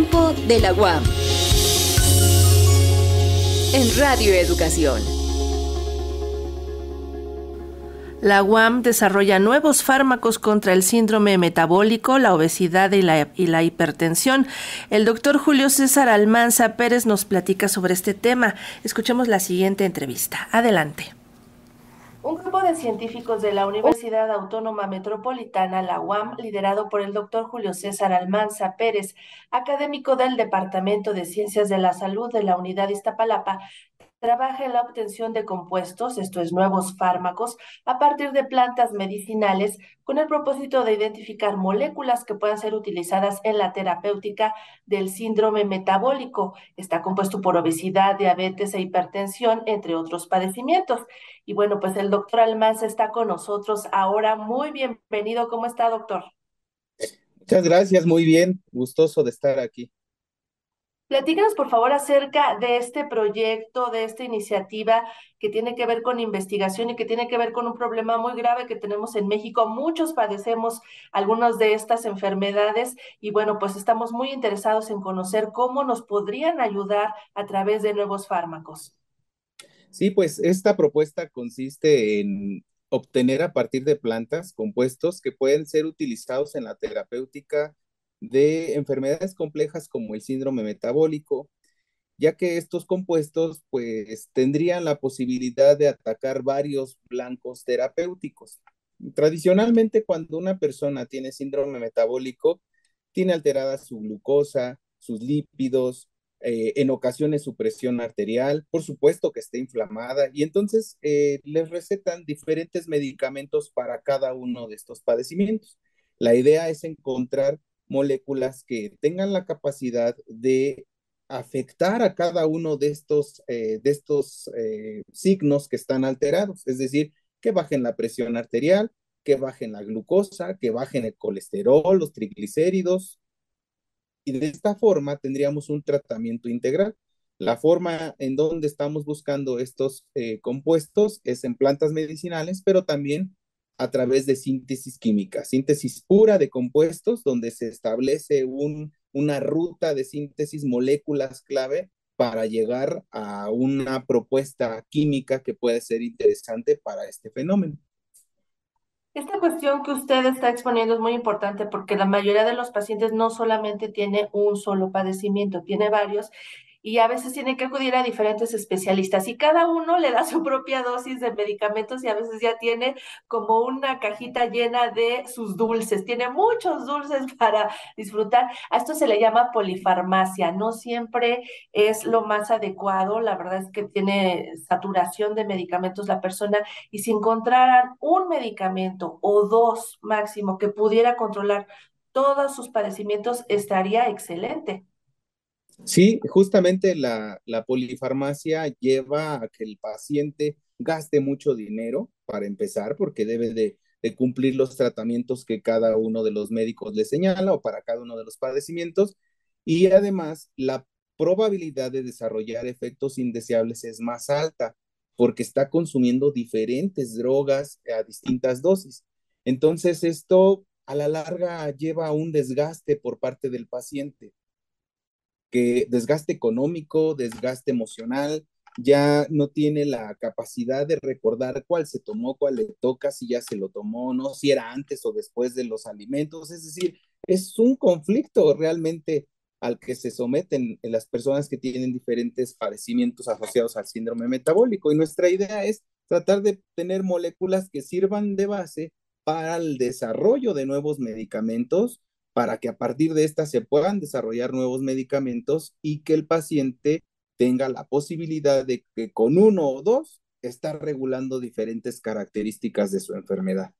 tiempo de la UAM. En Radio Educación. La UAM desarrolla nuevos fármacos contra el síndrome metabólico, la obesidad y la hipertensión. El doctor Julio César Almanza Pérez nos platica sobre este tema. Escuchemos la siguiente entrevista. Adelante. Un grupo de científicos de la Universidad Autónoma Metropolitana, la UAM, liderado por el doctor Julio César Almanza Pérez, académico del Departamento de Ciencias de la Salud de la Unidad Iztapalapa, trabaja en la obtención de compuestos, esto es, nuevos fármacos, a partir de plantas medicinales, con el propósito de identificar moléculas que puedan ser utilizadas en la terapéutica del síndrome metabólico. Está compuesto por obesidad, diabetes e hipertensión, entre otros padecimientos. Y bueno, pues el doctor Almanza está con nosotros ahora. Muy bienvenido. ¿Cómo está, doctor? Muchas gracias, muy bien, gustoso de estar aquí. Platícanos, por favor, acerca de este proyecto, de esta iniciativa que tiene que ver con investigación y que tiene que ver con un problema muy grave que tenemos en México. Muchos padecemos algunas de estas enfermedades y bueno, pues estamos muy interesados en conocer cómo nos podrían ayudar a través de nuevos fármacos. Sí, pues esta propuesta consiste en obtener a partir de plantas compuestos que pueden ser utilizados en la terapéutica de enfermedades complejas como el síndrome metabólico, ya que estos compuestos pues tendrían la posibilidad de atacar varios blancos terapéuticos. Tradicionalmente, cuando una persona tiene síndrome metabólico, tiene alterada su glucosa, sus lípidos, en ocasiones su presión arterial, por supuesto que esté inflamada, y entonces les recetan diferentes medicamentos para cada uno de estos padecimientos. La idea es encontrar moléculas que tengan la capacidad de afectar a cada uno de estos signos que están alterados, es decir, que bajen la presión arterial, que bajen la glucosa, que bajen el colesterol, los triglicéridos, y de esta forma tendríamos un tratamiento integral. La forma en donde estamos buscando estos compuestos es en plantas medicinales, pero también a través de síntesis química, síntesis pura de compuestos, donde se establece una ruta de síntesis, moléculas clave para llegar a una propuesta química que puede ser interesante para este fenómeno. Esta cuestión que usted está exponiendo es muy importante porque la mayoría de los pacientes no solamente tiene un solo padecimiento, tiene varios y a veces tiene que acudir a diferentes especialistas y cada uno le da su propia dosis de medicamentos y a veces ya tiene como una cajita llena de sus dulces, tiene muchos dulces para disfrutar. A esto se le llama polifarmacia, no siempre es lo más adecuado, la verdad es que tiene saturación de medicamentos la persona y si encontraran un medicamento o dos máximo que pudiera controlar todos sus padecimientos, estaría excelente. Sí, justamente la polifarmacia lleva a que el paciente gaste mucho dinero para empezar, porque debe de cumplir los tratamientos que cada uno de los médicos le señala o para cada uno de los padecimientos. Y además, la probabilidad de desarrollar efectos indeseables es más alta porque está consumiendo diferentes drogas a distintas dosis. Entonces, esto a la larga lleva a un desgaste por parte del paciente, que desgaste económico, desgaste emocional, ya no tiene la capacidad de recordar cuál se tomó, cuál le toca, si ya se lo tomó, no, si era antes o después de los alimentos, es decir, es un conflicto realmente al que se someten las personas que tienen diferentes padecimientos asociados al síndrome metabólico. Y nuestra idea es tratar de tener moléculas que sirvan de base para el desarrollo de nuevos medicamentos, para que a partir de estas se puedan desarrollar nuevos medicamentos y que el paciente tenga la posibilidad de que con uno o dos está regulando diferentes características de su enfermedad.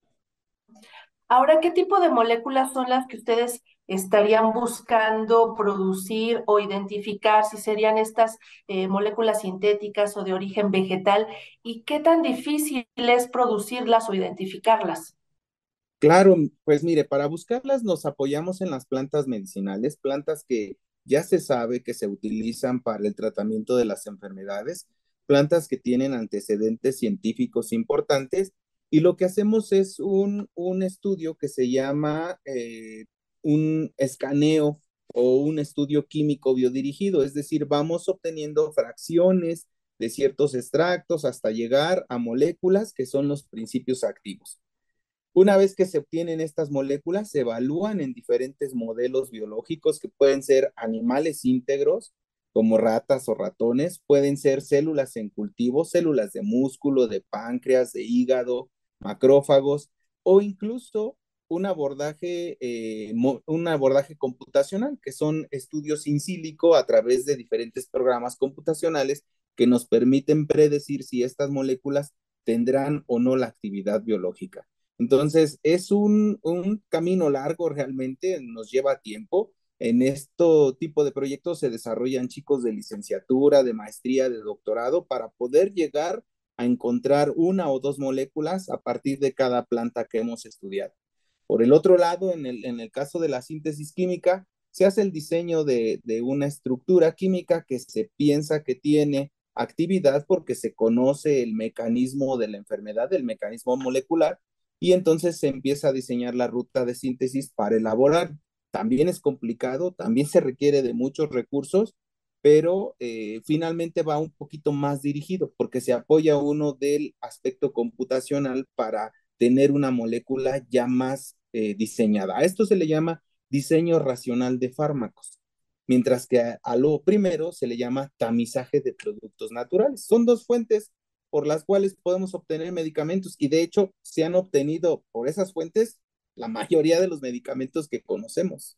Ahora, ¿qué tipo de moléculas son las que ustedes estarían buscando producir o identificar si serían estas moléculas sintéticas o de origen vegetal? ¿Y qué tan difícil es producirlas o identificarlas? Claro, pues mire, para buscarlas nos apoyamos en las plantas medicinales, plantas que ya se sabe que se utilizan para el tratamiento de las enfermedades, plantas que tienen antecedentes científicos importantes, y lo que hacemos es un estudio que se llama un escaneo o un estudio químico biodirigido, es decir, vamos obteniendo fracciones de ciertos extractos hasta llegar a moléculas que son los principios activos. Una vez que se obtienen estas moléculas, se evalúan en diferentes modelos biológicos que pueden ser animales íntegros, como ratas o ratones, pueden ser células en cultivo, células de músculo, de páncreas, de hígado, macrófagos, o incluso un abordaje computacional, que son estudios in silico a través de diferentes programas computacionales que nos permiten predecir si estas moléculas tendrán o no la actividad biológica. Entonces, es un camino largo realmente, nos lleva tiempo. En este tipo de proyectos se desarrollan chicos de licenciatura, de maestría, de doctorado, para poder llegar a encontrar una o dos moléculas a partir de cada planta que hemos estudiado. Por el otro lado, en el caso de la síntesis química, se hace el diseño de una estructura química que se piensa que tiene actividad porque se conoce el mecanismo de la enfermedad, el mecanismo molecular, y entonces se empieza a diseñar la ruta de síntesis para elaborar. También es complicado, también se requiere de muchos recursos, pero finalmente va un poquito más dirigido porque se apoya uno del aspecto computacional para tener una molécula ya más diseñada. A esto se le llama diseño racional de fármacos, mientras que a lo primero se le llama tamizaje de productos naturales. Son dos fuentes por las cuales podemos obtener medicamentos y de hecho se han obtenido por esas fuentes la mayoría de los medicamentos que conocemos.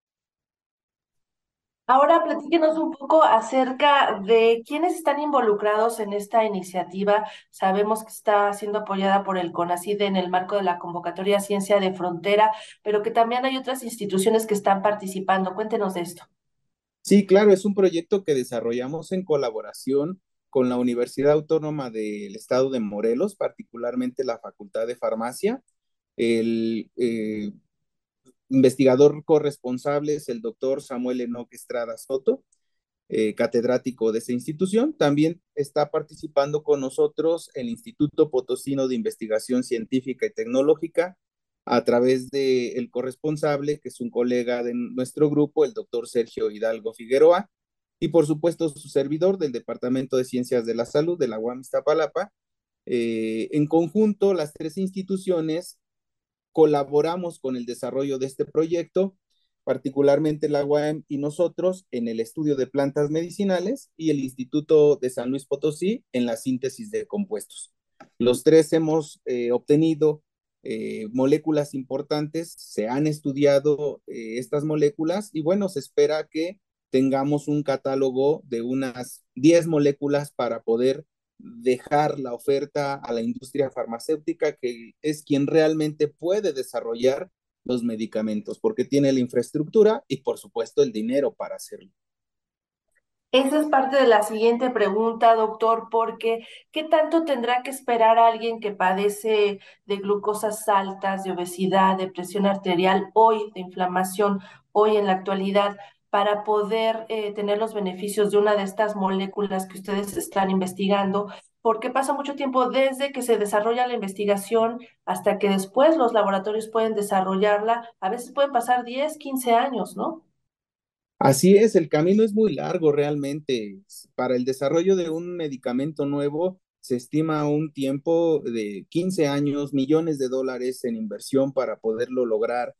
Ahora platíquenos un poco acerca de quiénes están involucrados en esta iniciativa. Sabemos que está siendo apoyada por el CONACYT en el marco de la convocatoria Ciencia de Frontera, pero que también hay otras instituciones que están participando. Cuéntenos de esto. Sí, claro, es un proyecto que desarrollamos en colaboración con la Universidad Autónoma del Estado de Morelos, particularmente la Facultad de Farmacia. El investigador corresponsable es el doctor Samuel Enoque Estrada Soto, catedrático de esa institución. También está participando con nosotros el Instituto Potosino de Investigación Científica y Tecnológica a través del corresponsable, que es un colega de nuestro grupo, el doctor Sergio Hidalgo Figueroa, y por supuesto su servidor del Departamento de Ciencias de la Salud de la UAM Iztapalapa. En conjunto, las tres instituciones colaboramos con el desarrollo de este proyecto, particularmente la UAM y nosotros en el estudio de plantas medicinales y el Instituto de San Luis Potosí en la síntesis de compuestos. Los tres hemos obtenido moléculas importantes, se han estudiado estas moléculas y bueno, se espera que tengamos un catálogo de unas 10 moléculas para poder dejar la oferta a la industria farmacéutica, que es quien realmente puede desarrollar los medicamentos, porque tiene la infraestructura y por supuesto el dinero para hacerlo. Esa es parte de la siguiente pregunta, doctor, porque ¿qué tanto tendrá que esperar alguien que padece de glucosas altas, de obesidad, de presión arterial hoy, de inflamación hoy en la actualidad, para poder tener los beneficios de una de estas moléculas que ustedes están investigando? Porque pasa mucho tiempo desde que se desarrolla la investigación hasta que después los laboratorios pueden desarrollarla. A veces pueden pasar 10, 15 años, ¿no? Así es, el camino es muy largo realmente. Para el desarrollo de un medicamento nuevo se estima un tiempo de 15 años, millones de dólares en inversión para poderlo lograr.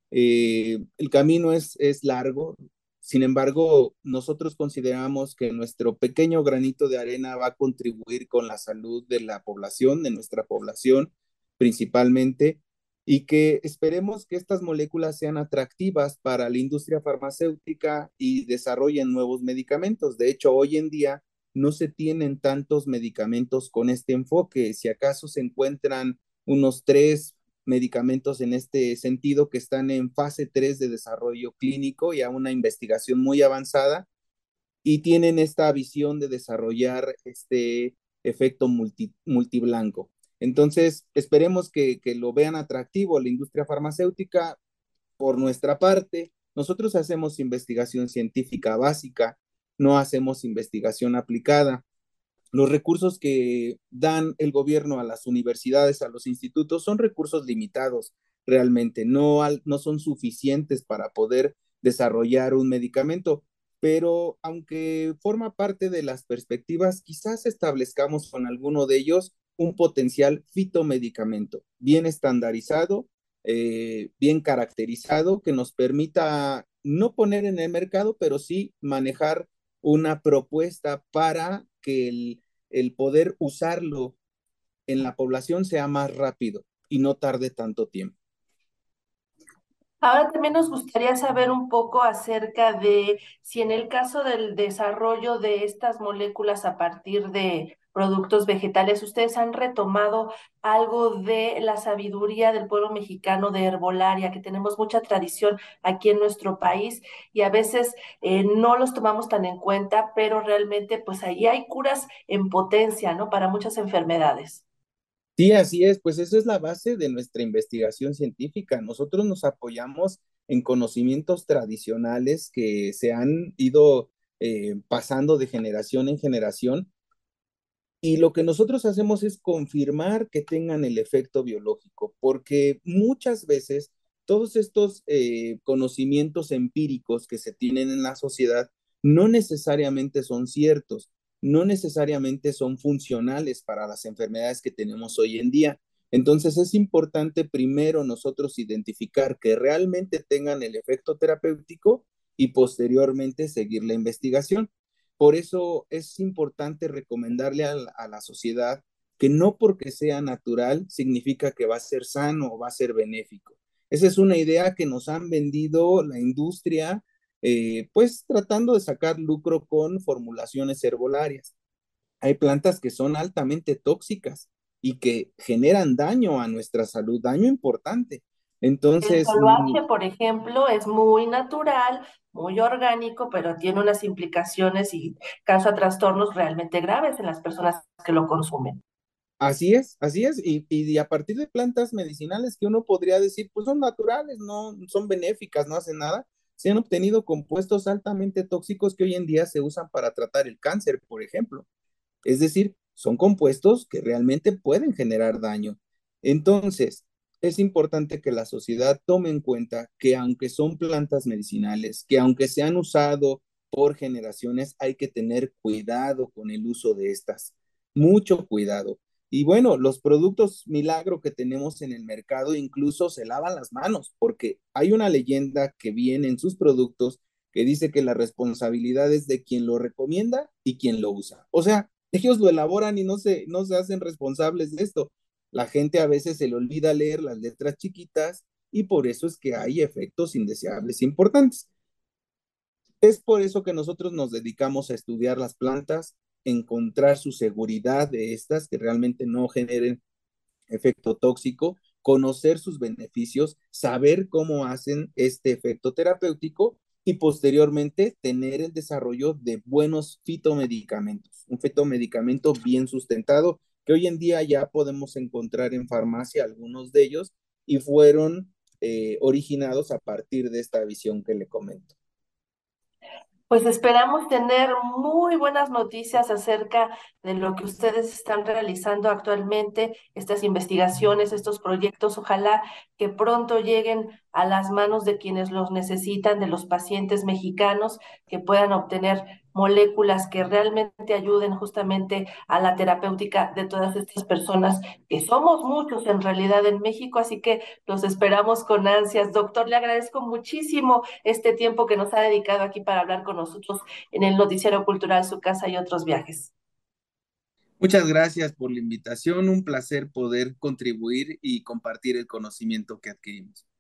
El camino es largo, sin embargo, nosotros consideramos que nuestro pequeño granito de arena va a contribuir con la salud de la población, de nuestra población principalmente, y que esperemos que estas moléculas sean atractivas para la industria farmacéutica y desarrollen nuevos medicamentos. De hecho, hoy en día no se tienen tantos medicamentos con este enfoque. Si acaso se encuentran unos tres medicamentos en este sentido que están en fase 3 de desarrollo clínico y a una investigación muy avanzada y tienen esta visión de desarrollar este efecto multiblanco. Entonces, esperemos que lo vean atractivo la industria farmacéutica. Por nuestra parte, nosotros hacemos investigación científica básica, no hacemos investigación aplicada. Los recursos que dan el gobierno a las universidades, a los institutos, son recursos limitados realmente, no son suficientes para poder desarrollar un medicamento. Pero aunque forma parte de las perspectivas, quizás establezcamos con alguno de ellos un potencial fitomedicamento bien estandarizado, bien caracterizado, que nos permita no poner en el mercado, pero sí manejar una propuesta para que el poder usarlo en la población sea más rápido y no tarde tanto tiempo. Ahora también nos gustaría saber un poco acerca de si en el caso del desarrollo de estas moléculas a partir de productos vegetales, ustedes han retomado algo de la sabiduría del pueblo mexicano de herbolaria, que tenemos mucha tradición aquí en nuestro país y a veces no los tomamos tan en cuenta, pero realmente pues ahí hay curas en potencia, ¿no? Para muchas enfermedades. Sí, así es, pues eso es la base de nuestra investigación científica. Nosotros nos apoyamos en conocimientos tradicionales que se han ido pasando de generación en generación y lo que nosotros hacemos es confirmar que tengan el efecto biológico, porque muchas veces todos estos conocimientos empíricos que se tienen en la sociedad no necesariamente son ciertos, no necesariamente son funcionales para las enfermedades que tenemos hoy en día. Entonces es importante primero nosotros identificar que realmente tengan el efecto terapéutico y posteriormente seguir la investigación. Por eso es importante recomendarle a la sociedad que no porque sea natural significa que va a ser sano o va a ser benéfico. Esa es una idea que nos han vendido la industria, pues tratando de sacar lucro con formulaciones herbolarias. Hay plantas que son altamente tóxicas y que generan daño a nuestra salud, daño importante. El Entonces, soloache, por ejemplo, es muy natural, muy orgánico, pero tiene unas implicaciones y causa trastornos realmente graves en las personas que lo consumen. así es, y a partir de plantas medicinales que uno podría decir, pues son naturales, no son benéficas, no hacen nada, se han obtenido compuestos altamente tóxicos que hoy en día se usan para tratar el cáncer, por ejemplo. Es decir, son compuestos que realmente pueden generar daño. Entonces, es importante que la sociedad tome en cuenta que aunque son plantas medicinales, que aunque se han usado por generaciones, hay que tener cuidado con el uso de estas, mucho cuidado. Y bueno, los productos milagro que tenemos en el mercado incluso se lavan las manos, porque hay una leyenda que viene en sus productos que dice que la responsabilidad es de quien lo recomienda y quien lo usa. O sea, ellos lo elaboran y no se hacen responsables de esto. La gente a veces se le olvida leer las letras chiquitas y por eso es que hay efectos indeseables importantes. Es por eso que nosotros nos dedicamos a estudiar las plantas, encontrar su seguridad de estas que realmente no generen efecto tóxico, conocer sus beneficios, saber cómo hacen este efecto terapéutico y posteriormente tener el desarrollo de buenos fitomedicamentos, un fitomedicamento bien sustentado que hoy en día ya podemos encontrar en farmacia algunos de ellos y fueron originados a partir de esta visión que le comento. Pues esperamos tener muy buenas noticias acerca de lo que ustedes están realizando actualmente, estas investigaciones, estos proyectos. Ojalá que pronto lleguen a las manos de quienes los necesitan, de los pacientes mexicanos, que puedan obtener moléculas que realmente ayuden justamente a la terapéutica de todas estas personas, que somos muchos en realidad en México, así que los esperamos con ansias. Doctor, le agradezco muchísimo este tiempo que nos ha dedicado aquí para hablar con nosotros en el Noticiero Cultural Su Casa y Otros Viajes. Muchas gracias por la invitación, un placer poder contribuir y compartir el conocimiento que adquirimos.